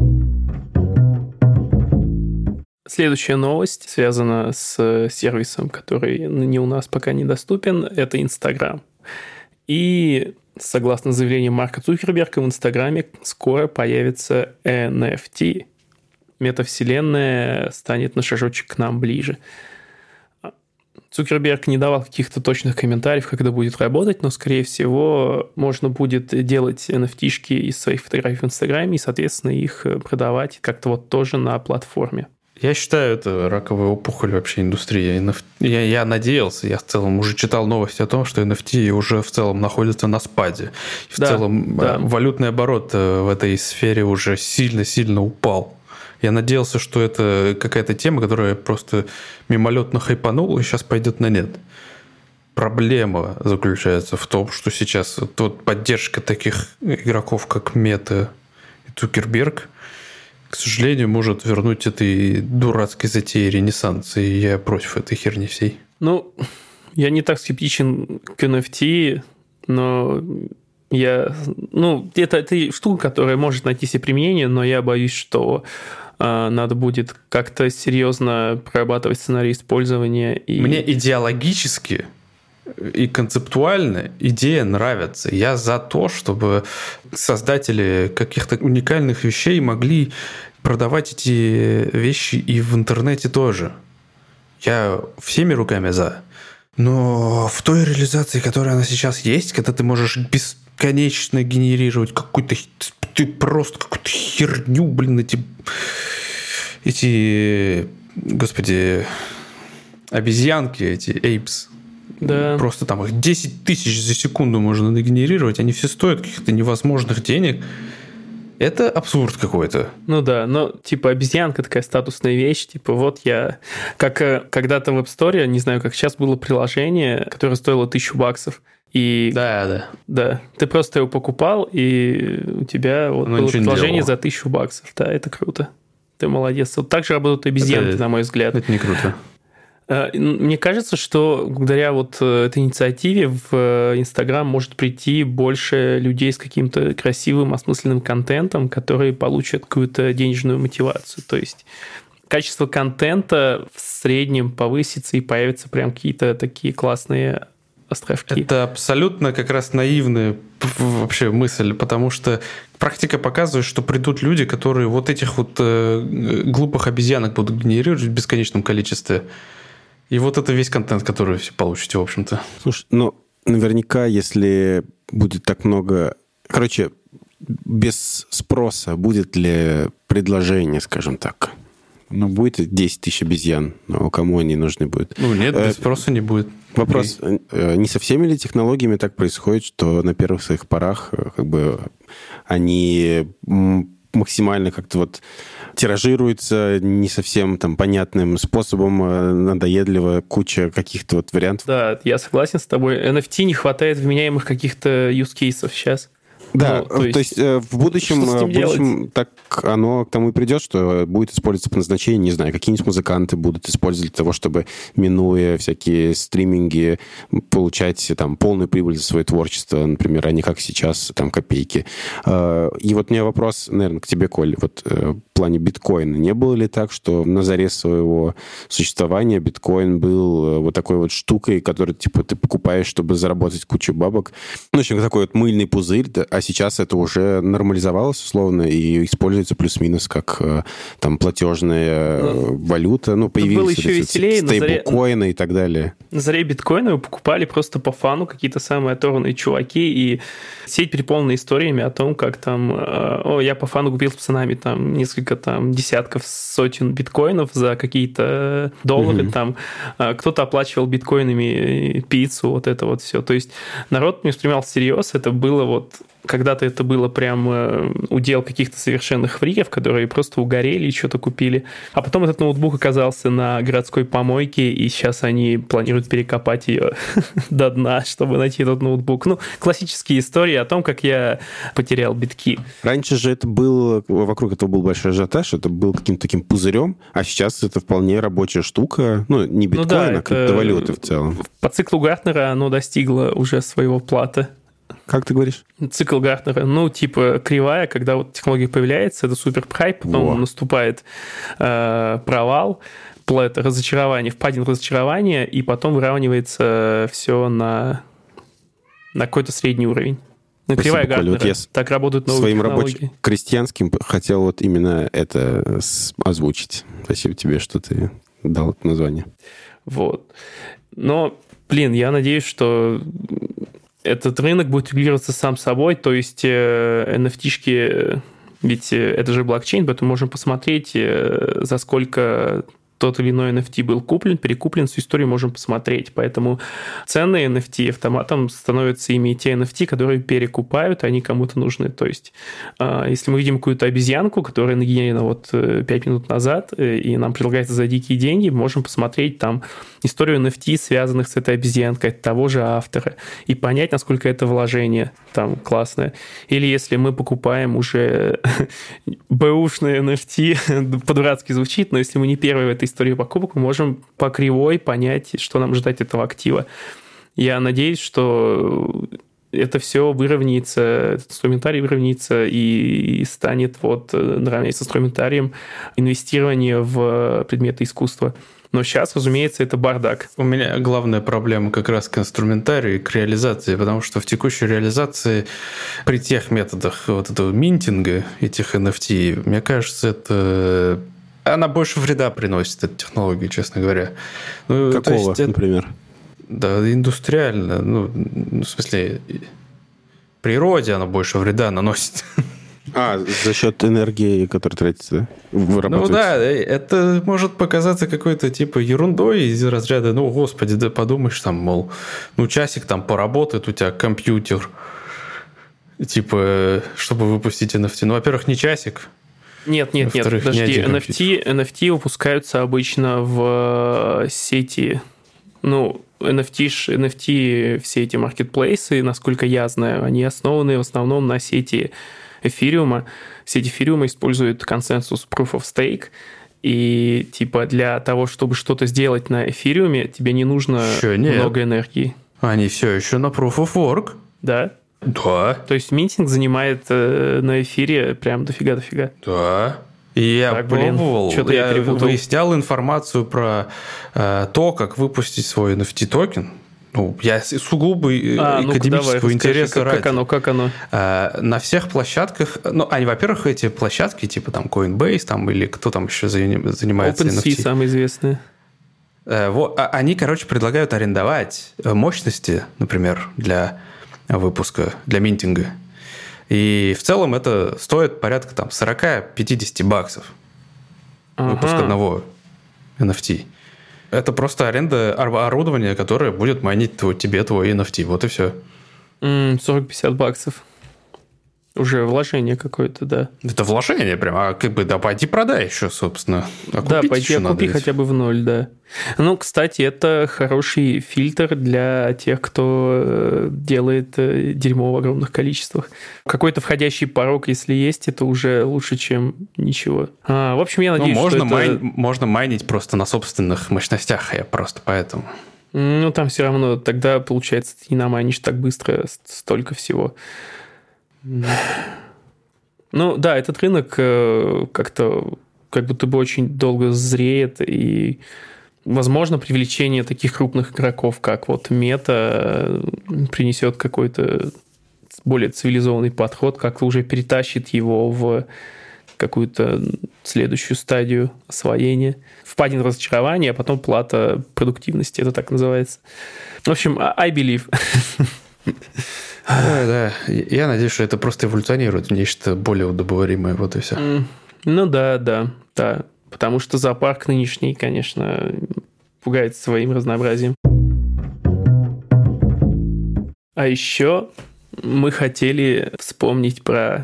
S2: Следующая новость связана с сервисом, который не у нас пока недоступен. Это Инстаграм. И согласно заявлению Марка Цукерберга, в Инстаграме скоро появится эн эф ти. Метавселенная станет на шажочек к нам ближе. Цукерберг не давал каких-то точных комментариев, когда будет работать, но, скорее всего, можно будет делать эн эф ти-шки из своих фотографий в Инстаграме и, соответственно, их продавать как-то вот тоже на платформе.
S1: Я считаю, это раковая опухоль вообще индустрии. Я, я надеялся, я в целом уже читал новости о том, что эн эф ти уже в целом находится на спаде. И в да, целом да. валютный оборот в этой сфере уже сильно-сильно упал. Я надеялся, что это какая-то тема, которая просто мимолетно хайпанула и сейчас пойдет на нет. Проблема заключается в том, что сейчас вот поддержка таких игроков, как Мета и Цукерберг, к сожалению, может вернуть этой дурацкой затеи ренессанс, и я против этой херни всей.
S2: Ну, я не так скептичен к эн эф ти, но я... Ну, это, это штука, которая может найти себе применение, но я боюсь, что э, надо будет как-то серьезно прорабатывать сценарий использования. И...
S1: Мне идеологически и концептуально идея нравится. Я за то, чтобы создатели каких-то уникальных вещей могли продавать эти вещи и в интернете тоже. Я всеми руками за. Но в той реализации, которая она сейчас есть, когда ты можешь бесконечно генерировать какую-то ты просто какую-то херню, блин, эти эти, господи, обезьянки, эти apes.
S2: Да.
S1: Просто там их десять тысяч за секунду можно нагенерировать, они все стоят каких-то невозможных денег. Это абсурд какой-то.
S2: Ну да, но типа обезьянка такая статусная вещь, типа вот я... Как когда-то в App Store, не знаю, как сейчас, было приложение, которое стоило тысячу баксов. И,
S1: да, да.
S2: Да, ты просто его покупал, и у тебя вот было приложение за тысячу баксов. Да, это круто. Ты молодец. Вот так же работают обезьянки, это, на мой взгляд.
S1: Это не круто.
S2: Мне кажется, что благодаря вот этой инициативе в Инстаграм может прийти больше людей с каким-то красивым, осмысленным контентом, которые получат какую-то денежную мотивацию. То есть качество контента в среднем повысится, и появятся прям какие-то такие классные островки.
S1: Это абсолютно как раз наивная вообще мысль, потому что практика показывает, что придут люди, которые вот этих вот глупых обезьянок будут генерировать в бесконечном количестве. И вот это весь контент, который вы получите, в общем-то.
S3: Слушай, ну, наверняка, если будет так много... Короче, без спроса будет ли предложение, скажем так? Ну, будет десять тысяч обезьян, но кому они нужны будут?
S1: Ну, нет, без спроса не будет.
S3: Вопрос, okay. Не со всеми ли технологиями так происходит, что на первых своих порах как бы они максимально как-то вот тиражируется не совсем там понятным способом, надоедливо, куча каких-то вот вариантов.
S2: Да, я согласен с тобой. эн эф ти не хватает вменяемых каких-то use cases сейчас.
S3: Да, ну, то, есть, то есть в будущем, в будущем так оно к тому и придет, что будет использоваться по назначению, не знаю, какие-нибудь музыканты будут использовать для того, чтобы, минуя всякие стриминги, получать там полную прибыль за свое творчество, например, а не как сейчас, там, копейки. И вот у меня вопрос, наверное, к тебе, Коль, вот в плане биткоина. Не было ли так, что на заре своего существования биткоин был вот такой вот штукой, которую, типа, ты покупаешь, чтобы заработать кучу бабок? Ну, в общем, такой вот мыльный пузырь, да, а сейчас это уже нормализовалось, условно, и используется плюс-минус как там платежная ну, валюта. Ну, появились
S2: еще веселее,
S3: стейблкоины и так далее.
S2: На заре биткоина вы покупали просто по фану какие-то самые оторванные чуваки, и сеть переполнена историями о том, как там, о, я по фану купил с пацанами там несколько там десятков, сотен биткоинов за какие-то доллары, mm-hmm. там кто-то оплачивал биткоинами пиццу, вот это вот все. То есть народ не воспринимал всерьез, это было вот... Когда-то это было прям удел каких-то совершенных фриков, которые просто угорели и что-то купили. А потом этот ноутбук оказался на городской помойке, и сейчас они планируют перекопать ее до дна, чтобы найти этот ноутбук. Ну, классические истории о том, как я потерял битки.
S3: Раньше же это был, вокруг этого был большой ажиотаж, это был каким-то таким пузырем, а сейчас это вполне рабочая штука. Ну, не биткоин, ну, да, а криптовалюты в целом.
S2: По циклу Гартнера оно достигло уже своего плата.
S3: Как ты говоришь?
S2: Цикл Гартнера. Ну, типа кривая, когда вот технология появляется, это супер хайп, потом Во. наступает э, провал, это разочарование, впадин разочарования, и потом выравнивается все на, на какой-то средний уровень. На кривая Гартнера. Вот я так работают новые
S3: своим
S2: технологии.
S3: Рабочим крестьянским хотел вот именно это озвучить. Спасибо тебе, что ты дал это название.
S2: Вот. Но, блин, я надеюсь, что... Этот рынок будет регулироваться сам собой, то есть э, эн эф ти-шки, ведь это же блокчейн, поэтому можем посмотреть, э, за сколько тот или иной эн эф ти был куплен, перекуплен, всю историю можем посмотреть. Поэтому ценные эн эф ти автоматом становятся ими те эн эф ти, которые перекупают, и они кому-то нужны. То есть, если мы видим какую-то обезьянку, которая нагенерена вот пять минут назад, и нам предлагается за дикие деньги, можем посмотреть там историю эн эф ти, связанных с этой обезьянкой, от того же автора, и понять, насколько это вложение там классное. Или если мы покупаем уже бэушные эн эф ти, по-дурацки звучит, но если мы не первые в этой истории покупок, мы можем по кривой понять, что нам ждать этого актива. Я надеюсь, что это все выровняется, этот инструментарий выровняется и станет вот наравне с инструментарием инвестирования в предметы искусства. Но сейчас, разумеется, это бардак.
S1: У меня главная проблема как раз к инструментарию и к реализации, потому что в текущей реализации при тех методах вот этого минтинга этих эн эф ти, мне кажется, это... Она больше вреда приносит, эта технология, честно говоря.
S3: Ну, какого, есть, например?
S1: Да, индустриально. Ну, в смысле, природе она больше вреда наносит.
S3: А, за счет энергии, которая тратится, да?
S1: Ну да, это может показаться какой-то типа ерундой из разряда, ну, господи, да подумаешь, там, мол, ну, часик там поработает у тебя компьютер, типа, чтобы выпустить эн эф ти. Ну, во-первых, не часик.
S2: Нет, нет, нет, подожди, эн эф ти, эн эф ти выпускаются обычно в сети, ну, эн эф ти, эн эф ти, все эти маркетплейсы, насколько я знаю, они основаны в основном на сети эфириума. Сеть эфириума использует консенсус Proof of Stake, и типа для того, чтобы что-то сделать на эфириуме, тебе не нужно много энергии.
S1: Они все еще на Proof of Work.
S2: Да.
S1: Да.
S2: То есть минтинг занимает э, на эфире прям дофига-дофига.
S1: Да. И я так, пробовал, блин, я, я выяснял информацию про э, то, как выпустить свой эн эф ти-токен. Ну, я сугубо а, академического давай, интереса
S2: как,
S1: ради.
S2: Как оно, как оно?
S1: Э, на всех площадках, ну, они, во-первых, эти площадки, типа там Coinbase, там, или кто там еще занимается эн эф ти.
S2: OpenSea самые известные.
S1: Э, вот, они, короче, предлагают арендовать мощности, например, для выпуска, для минтинга. И в целом это стоит порядка там сорок-пятьдесят баксов. Ага. Выпуск одного эн эф ти. Это просто аренда оборудования, которое будет майнить твой, тебе твой эн эф ти. Вот и все.
S2: сорок-пятьдесят баксов. Уже вложение какое-то, да.
S1: Это вложение прям, а как бы, да, пойди продай еще, собственно.
S2: А да, пойди купи хотя бы в ноль, да. Ну, кстати, это хороший фильтр для тех, кто делает дерьмо в огромных количествах. Какой-то входящий порог, если есть, это уже лучше, чем ничего. А, в общем, я надеюсь,
S1: ну, можно
S2: что
S1: майн,
S2: это...
S1: Можно майнить просто на собственных мощностях, я просто поэтому...
S2: Ну, там все равно, тогда, получается, ты не намайнишь так быстро столько всего. Ну, да, этот рынок как-то как будто бы очень долго зреет, и, возможно, привлечение таких крупных игроков, как вот Мета, принесет какой-то более цивилизованный подход, как уже перетащит его в какую-то следующую стадию освоения. Впадин разочарования, а потом плата продуктивности, это так называется. В общем, I believe.
S1: Да, да. Я надеюсь, что это просто эволюционирует в нечто более удобоваримое, вот и все.
S2: Ну да, да, да. Потому что зоопарк нынешний, конечно, пугает своим разнообразием. А еще мы хотели вспомнить про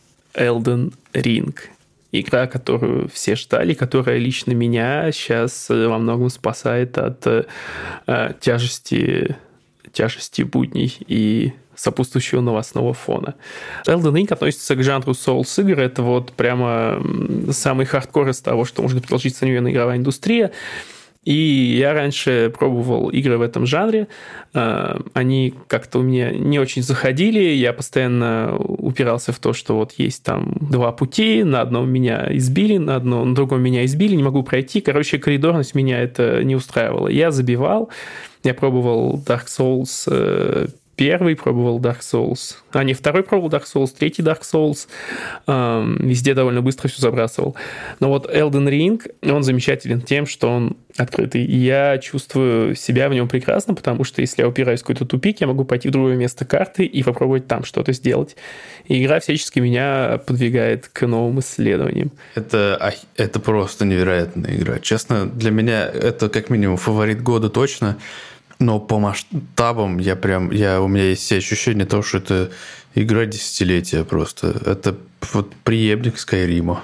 S2: Elden Ring. Игра, которую все ждали, которая лично меня сейчас во многом спасает от э, тяжести, тяжести будней и сопутствующего новостного фона. Elden Ring относится к жанру Souls игр. Это вот прямо самый хардкор из того, что может предложить современная игровая индустрия. И я раньше пробовал игры в этом жанре. Они как-то у меня не очень заходили. Я постоянно упирался в то, что вот есть там два пути. На одном меня избили, на, одном, на другом меня избили. Не могу пройти. Короче, коридорность меня это не устраивала. Я забивал. Я пробовал Dark Souls первый, пробовал Dark Souls. А, не, второй пробовал Dark Souls, третий Dark Souls. Эм, везде довольно быстро все забрасывал. Но вот Elden Ring, он замечателен тем, что он открытый. И я чувствую себя в нем прекрасно, потому что если я упираюсь в какой-то тупик, я могу пойти в другое место карты и попробовать там что-то сделать. И игра всячески меня подвигает к новым исследованиям.
S1: Это, это просто невероятная игра. Честно, для меня это как минимум фаворит года точно. Но по масштабам я прям, я, у меня есть все ощущения того, что это игра десятилетия просто. Это вот преемник Скайрима.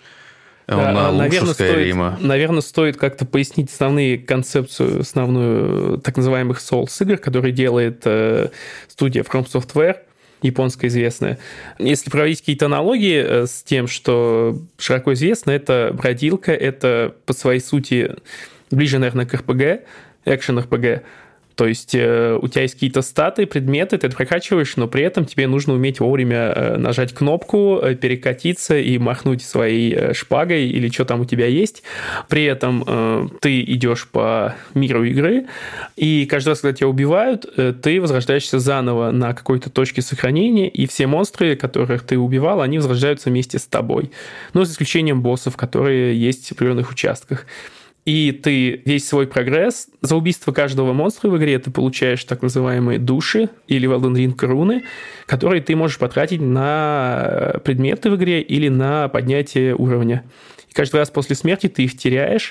S2: Да, она наверное, Скайрима. Стоит, наверное, стоит как-то пояснить основные концепцию, основную так называемых Souls-игр, которые делает э, студия From Software, японская известная. Если проводить какие-то аналогии с тем, что широко известно, это бродилка, это по своей сути ближе, наверное, к эр пи джи, экшен-эр пи джи. То есть э, у тебя есть какие-то статы, предметы, ты это прокачиваешь, но при этом тебе нужно уметь вовремя э, нажать кнопку, э, перекатиться и махнуть своей э, шпагой или что там у тебя есть. При этом э, ты идешь по миру игры, и каждый раз, когда тебя убивают, э, ты возрождаешься заново на какой-то точке сохранения, и все монстры, которых ты убивал, они возрождаются вместе с тобой. Но за исключением боссов, которые есть в определенных участках. И ты весь свой прогресс, за убийство каждого монстра в игре ты получаешь так называемые души или в Elden Ring руны, которые ты можешь потратить на предметы в игре или на поднятие уровня. И каждый раз после смерти ты их теряешь,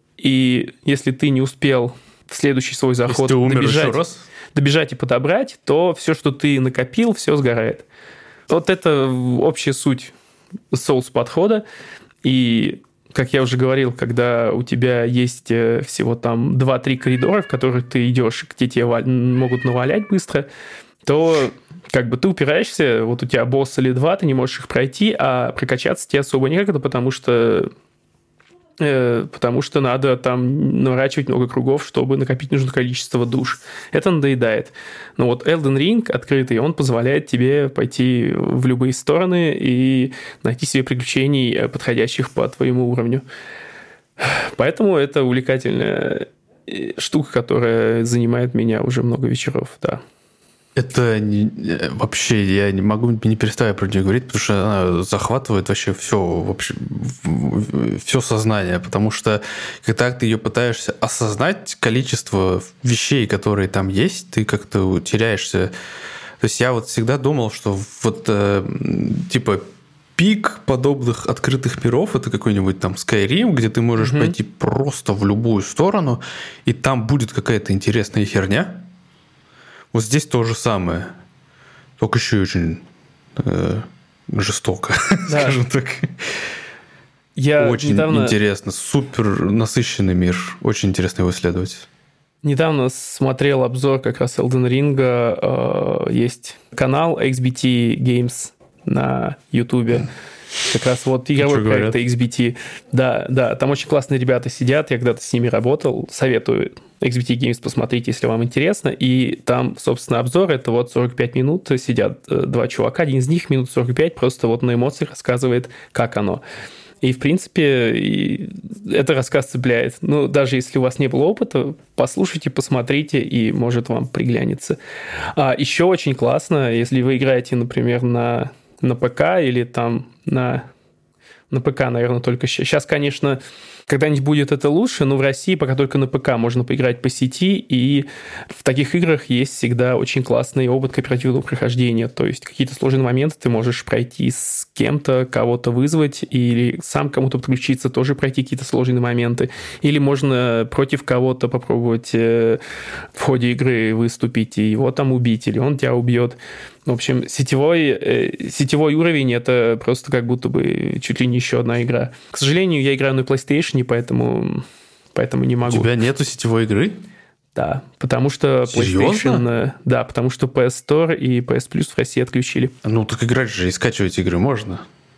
S2: и если ты не успел в следующий свой заход добежать, добежать и подобрать, то все, что ты накопил, все сгорает. Вот это общая суть Souls-подхода. И как я уже говорил, когда у тебя есть всего там два-три коридора, в которых ты идешь, где тебя могут навалять быстро, то как бы ты упираешься, вот у тебя босс или два, ты не можешь их пройти, а прокачаться тебе особо некогда, потому что потому что надо там наворачивать много кругов, чтобы накопить нужное количество душ. Это надоедает. Но вот Elden Ring открытый, он позволяет тебе пойти в любые стороны и найти себе приключений, подходящих по твоему уровню. Поэтому это увлекательная штука, которая занимает меня уже много вечеров, да.
S1: Это не, вообще, я не могу не переставать про нее говорить, потому что она захватывает вообще все, вообще, все сознание, потому что когда ты ее пытаешься осознать, количество вещей, которые там есть, ты как-то теряешься. То есть я вот всегда думал, что вот типа пик подобных открытых миров — это какой-нибудь там Skyrim, где ты можешь mm-hmm. пойти просто в любую сторону, и там будет какая-то интересная херня. Вот здесь то же самое, только еще и очень э, жестоко, да. скажем так.
S2: Я
S1: очень
S2: недавно...
S1: интересно, супер насыщенный мир, очень интересно его исследовать.
S2: Недавно смотрел обзор как раз Elden Ring, есть канал икс би ти Games на YouTube. Как раз вот игровой проект икс би ти. Да, да, там очень классные ребята сидят, я когда-то с ними работал, советую икс би ти Games посмотреть, если вам интересно. И там, собственно, обзор, это вот сорок пять минут сидят два чувака, один из них минут сорок пять просто вот на эмоциях рассказывает, как оно. И, в принципе, это рассказ цепляет. Ну, даже если у вас не было опыта, послушайте, посмотрите, и может вам приглянется. А еще очень классно, если вы играете, например, на, на ПК или там на... На ПК, наверное, только сейчас. Сейчас, конечно, когда-нибудь будет это лучше, но в России пока только на ПК можно поиграть по сети, и в таких играх есть всегда очень классный опыт кооперативного прохождения. То есть какие-то сложные моменты ты можешь пройти с кем-то, кого-то вызвать, или сам кому-то подключиться, тоже пройти какие-то сложные моменты. Или можно против кого-то попробовать в ходе игры выступить и его там убить, или он тебя убьет. В общем, сетевой, э, сетевой уровень – это просто как будто бы чуть ли не еще одна игра. К сожалению, я играю на PlayStation, поэтому, поэтому не могу.
S1: У тебя нету сетевой игры?
S2: Да, потому что PlayStation...
S1: Серьезно?
S2: Да, потому что пи эс Store и пи эс Plus в России отключили.
S1: Ну, так играть же и скачивать игры можно.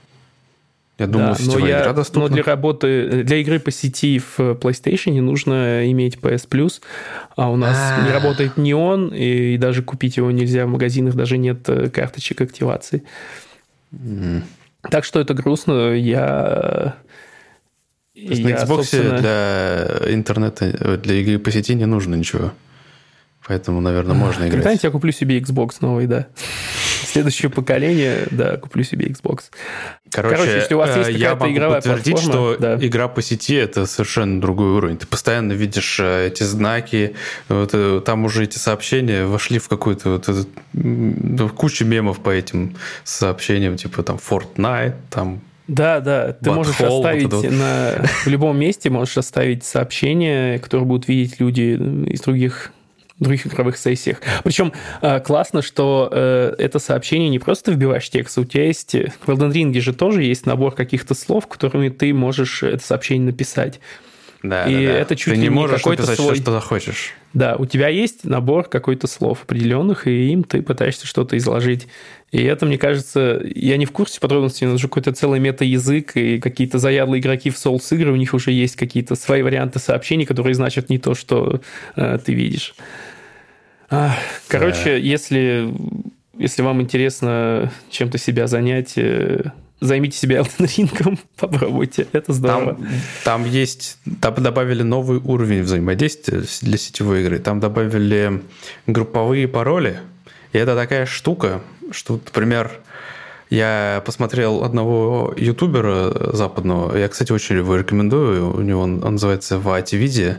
S1: Я думал,
S2: да,
S1: сетевая
S2: я,
S1: игра доступна.
S2: Но для работы, для игры по сети в PlayStation нужно иметь пи эс Plus, а у нас А-а-а. не работает ни он, и даже купить его нельзя в магазинах, даже нет карточек активации. Mm. Так что это грустно. Я...
S1: То есть я, на Xbox собственно... для интернета, для игры по сети не нужно ничего. Поэтому, наверное, можно играть.
S2: Когда-нибудь я куплю себе Xbox новый, да. Следующее поколение, да, куплю себе Xbox.
S1: Короче, Короче если у вас есть
S2: я могу игровая
S1: подтвердить,
S2: платформа,
S1: что
S2: да.
S1: игра по сети – это совершенно другой уровень. Ты постоянно видишь эти знаки, вот, там уже эти сообщения вошли в какую-то вот этот, кучу мемов по этим сообщениям, типа там Fortnite, там...
S2: Да, да, ты можешь
S1: Hole,
S2: оставить
S1: вот
S2: на... в любом месте, можешь оставить сообщения, которые будут видеть люди из других... в других игровых сессиях. Причем э, классно, что э, это сообщение не просто вбиваешь текст, у тебя есть... В Elden Ring же тоже есть набор каких-то слов, которыми ты можешь это сообщение написать.
S1: Да,
S2: и
S1: да, да.
S2: это чуть
S1: ты
S2: ли
S1: не можешь
S2: какой-то
S1: написать
S2: свой...
S1: все, что захочешь.
S2: Да, у тебя есть набор какой-то слов определенных, и им ты пытаешься что-то изложить. И это, мне кажется, я не в курсе подробностей, но это же какой-то целый мета-язык, и какие-то заядлые игроки в Souls-игры, у них уже есть какие-то свои варианты сообщений, которые значат не то, что э, ты видишь. Короче, да. если, если вам интересно чем-то себя занять, займите себя Elden Ring, попробуйте, это здорово.
S1: Там, там есть, там добавили новый уровень взаимодействия для сетевой игры, там добавили групповые пароли, и это такая штука, что, например, я посмотрел одного ютубера западного, я, кстати, очень его рекомендую, у него он, он называется Ваативидия.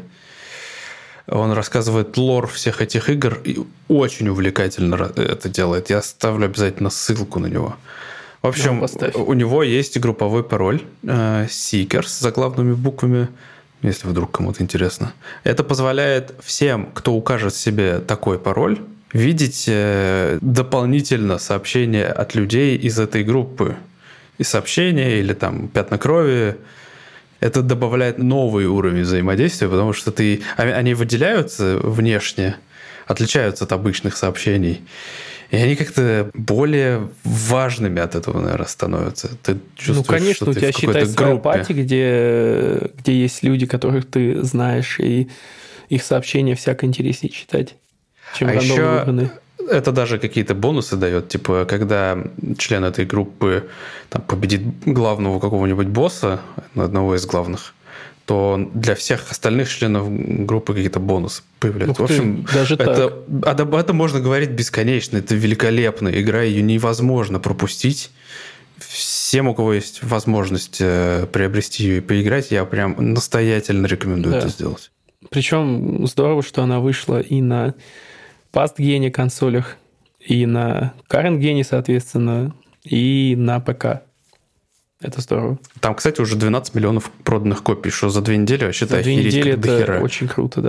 S1: Он рассказывает лор всех этих игр и очень увлекательно это делает. Я оставлю обязательно ссылку на него. В общем, ну, у него есть групповой пароль э, Seekers с заглавными буквами, если вдруг кому-то интересно. Это позволяет всем, кто укажет себе такой пароль, видеть э, дополнительно сообщения от людей из этой группы. И сообщения, или там пятна крови. Это добавляет новый уровень взаимодействия, потому что ты, они выделяются внешне, отличаются от обычных сообщений, и они как-то более важными от этого, наверное, становятся. Ты чувствуешь,
S2: ну, конечно,
S1: что
S2: у
S1: ты
S2: тебя,
S1: в какой-то
S2: считай, своя
S1: группе.
S2: пати, где, где есть люди, которых ты знаешь, и их сообщения всяко интереснее читать, чем
S1: а
S2: рандомно
S1: еще...
S2: выбранные.
S1: Это даже какие-то бонусы дает, типа, когда член этой группы там, победит главного какого-нибудь босса, одного из главных, то для всех остальных членов группы какие-то бонусы появляются.
S2: Ух
S1: в общем,
S2: ты, даже
S1: это,
S2: так.
S1: об этом можно говорить бесконечно. Это великолепная игра, ее невозможно пропустить. Всем, у кого есть возможность приобрести ее и поиграть, я прям настоятельно рекомендую да. это сделать.
S2: Причем здорово, что она вышла и на Past-Gen консолях, и на Current-Gen, соответственно, и на ПК. Это здорово.
S1: Там, кстати, уже двенадцать миллионов проданных копий, что за две недели вообще-то
S2: за две
S1: охереть
S2: недели
S1: как
S2: это
S1: дохера.
S2: Очень круто, да.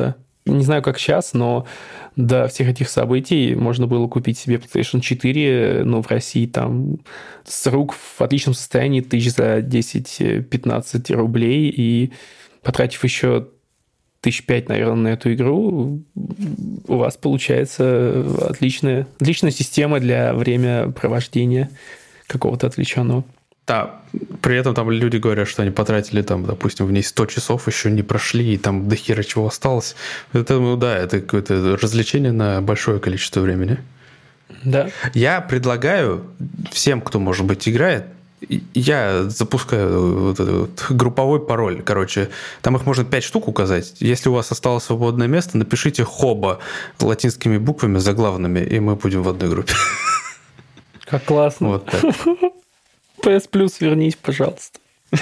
S2: не знаю, как сейчас, но до всех этих событий можно было купить себе PlayStation четыре, но в России там с рук в отличном состоянии тысяч за десять-пятнадцать рублей, и потратив еще тысяч пять, наверное, на эту игру, у вас получается отличная, отличная система для времяпровождения какого-то отвлеченного.
S1: Да, при этом там люди говорят, что они потратили, там, допустим, в ней сто часов, еще не прошли, и там до хера чего осталось. Это, ну да, это какое-то развлечение на большое количество времени.
S2: Да.
S1: Я предлагаю всем, кто, может быть, играет, я запускаю вот этот вот групповой пароль. Короче, там их можно пять штук указать. Если у вас осталось свободное место, напишите «Хоба» латинскими буквами заглавными, и мы будем в одной группе.
S2: Как классно.
S1: Вот так.
S2: пи эс Plus вернись, пожалуйста.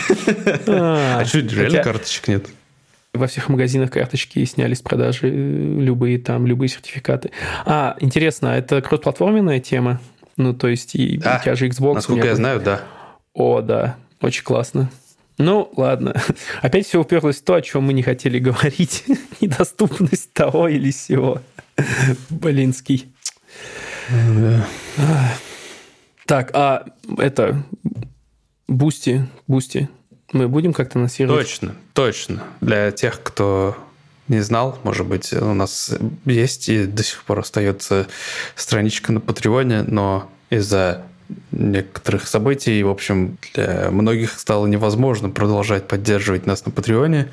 S1: А что, реально карточек нет?
S2: Во всех магазинах карточки сняли с продажи, любые там, любые сертификаты. А, интересно, это кроссплатформенная тема? Ну, то есть, и
S1: да.
S2: у тебя же Xbox.
S1: Насколько я знаю, да.
S2: О, да, очень классно. Ну, ладно. Опять все уперлось в то, о чем мы не хотели говорить. Недоступность того или сего. Блинский.
S1: Да.
S2: Так, а это... Бусти, Бусти. Мы будем как-то анонсировать?
S1: Точно, точно. Для тех, кто не знал, может быть, у нас есть и до сих пор остается страничка на Патреоне, но из-за некоторых событий, в общем, для многих стало невозможно продолжать поддерживать нас на Патреоне.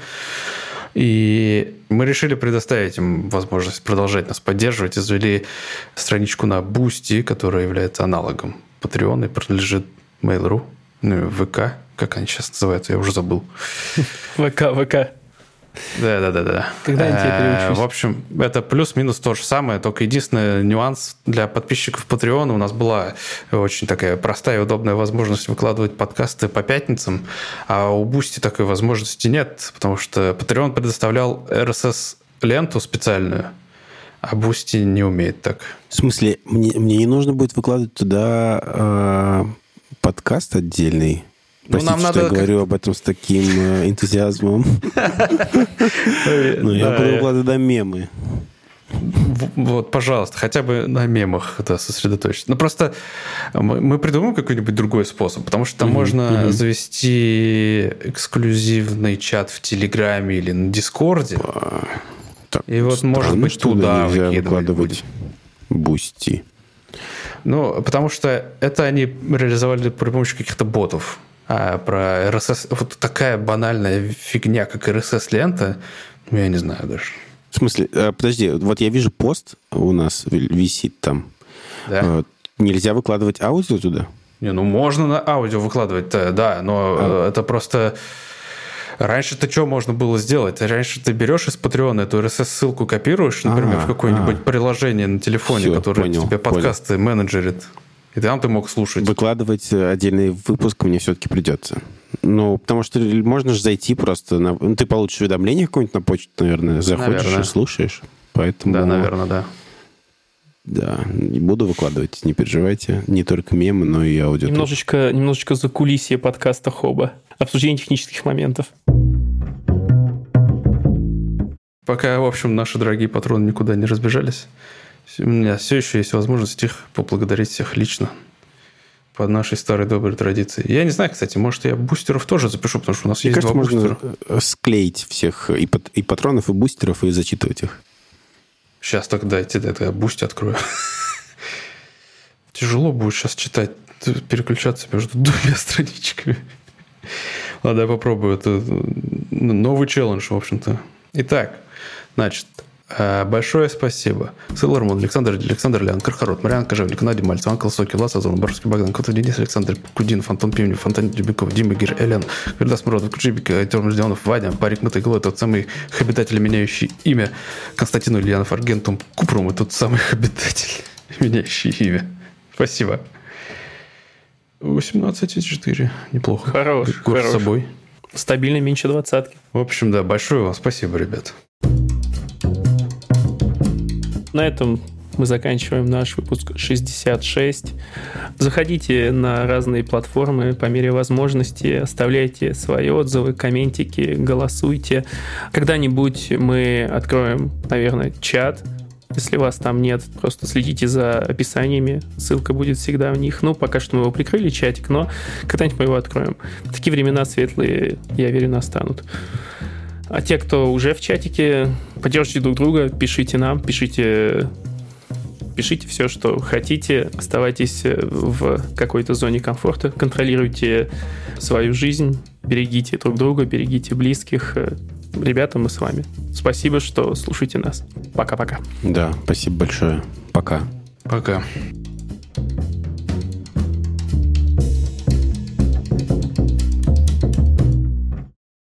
S1: И мы решили предоставить им возможность продолжать нас поддерживать и завели страничку на Boosty, которая является аналогом Patreon и принадлежит Mail.ru, ну, ВК, как они сейчас называются, я уже забыл.
S2: ВК, ВК.
S1: Да-да-да.
S2: Когда я тебе переучусь?
S1: В общем, это плюс-минус то же самое, только единственный нюанс для подписчиков Patreon. У нас была очень такая простая и удобная возможность выкладывать подкасты по пятницам, а у Boosty такой возможности нет, потому что Patreon предоставлял эр эс эс-ленту специальную, а Boosty не умеет так.
S3: В смысле, мне, мне не нужно будет выкладывать туда э, подкаст отдельный? Простите, ну, нам что надо... я говорю об этом с таким э, энтузиазмом. Но я буду выкладывать на мемы.
S1: Вот, пожалуйста, хотя бы на мемах это сосредоточиться. Ну, просто мы придумаем какой-нибудь другой способ, потому что там можно завести эксклюзивный чат в Телеграме или на Дискорде. И вот, может быть, туда
S3: выкладывать Boosty.
S1: Ну, потому что это они реализовали при помощи каких-то ботов. А про эр эс эс, вот такая банальная фигня, как эр эс эс-лента, ну, я не знаю даже.
S3: В смысле, подожди, вот я вижу пост у нас висит там. Да. Нельзя выкладывать аудио туда?
S1: Не, ну можно на аудио выкладывать, да, но а. это просто... Раньше-то что можно было сделать? Раньше ты берешь из Patreon эту эр эс эс-ссылку, копируешь, например, а, в какое-нибудь а. приложение на телефоне, Все, которое понял, тебе подкасты понял. менеджерит. И там ты мог слушать.
S3: Выкладывать отдельный выпуск мне все-таки придется. Ну, потому что можно же зайти просто... На... Ну, ты получишь уведомление какое-нибудь на почту, наверное, заходишь наверное. и слушаешь. Поэтому...
S1: Да, наверное, да.
S3: Да, не буду выкладывать, не переживайте. Не только мемы, но и аудио.
S2: Немножечко, немножечко закулисье подкаста Хоба. Обсуждение технических моментов.
S1: Пока, в общем, наши дорогие патроны никуда не разбежались, у меня все еще есть возможность их поблагодарить всех лично по нашей старой доброй традиции. Я не знаю, кстати, может, я бустеров тоже запишу, потому что у нас
S3: Мне
S1: есть
S3: кажется,
S1: два
S3: можно
S1: бустера.
S3: Склеить всех и, пат- и патронов, и бустеров, и зачитывать их.
S1: Сейчас только дайте, это я бусти открою. Тяжело будет сейчас читать, переключаться между двумя страничками. Ладно, я попробую. Это новый челлендж, в общем-то. Итак, значит, большое спасибо. Сейлор Мун, Александр, Александр Лян, Кархарот, Мариан Кожевник, Надя Мальцев, Анкл Соки, Лас Азон, Боровский Богдан, Котов Денис, Александр Кудинов, Антон Пивнев, Фонтан Дюбиков, Дима Гир, Элен, Вердас Муродов, Куджибик, Тёрм Ждионов, Вадя, Парик Мытый Глой, тот самый обитатель, меняющий имя, Константин Ульянов, Аргентум Купрум, и тот самый обитатель, меняющий имя. Спасибо. восемнадцать и четыре. Неплохо.
S2: Хорош,
S1: Горд
S2: хорош.
S1: с собой.
S2: Стабильно меньше двадцатки.
S1: В общем, да, большое вам спасибо, ребят.
S2: На этом мы заканчиваем наш выпуск шестьдесят шесть. Заходите на разные платформы по мере возможности, оставляйте свои отзывы, комментики, голосуйте. Когда-нибудь мы откроем, наверное, чат. Если вас там нет, просто следите за описаниями, ссылка будет всегда в них. Ну, пока что мы его прикрыли, чатик, но когда-нибудь мы его откроем. Такие времена светлые, я верю, настанут. А те, кто уже в чатике, поддержите друг друга, пишите нам, пишите, пишите все, что хотите, оставайтесь в какой-то зоне комфорта, контролируйте свою жизнь, берегите друг друга, берегите близких. Ребята, мы с вами. Спасибо, что слушаете нас. Пока-пока.
S3: Да, спасибо большое. Пока.
S1: Пока.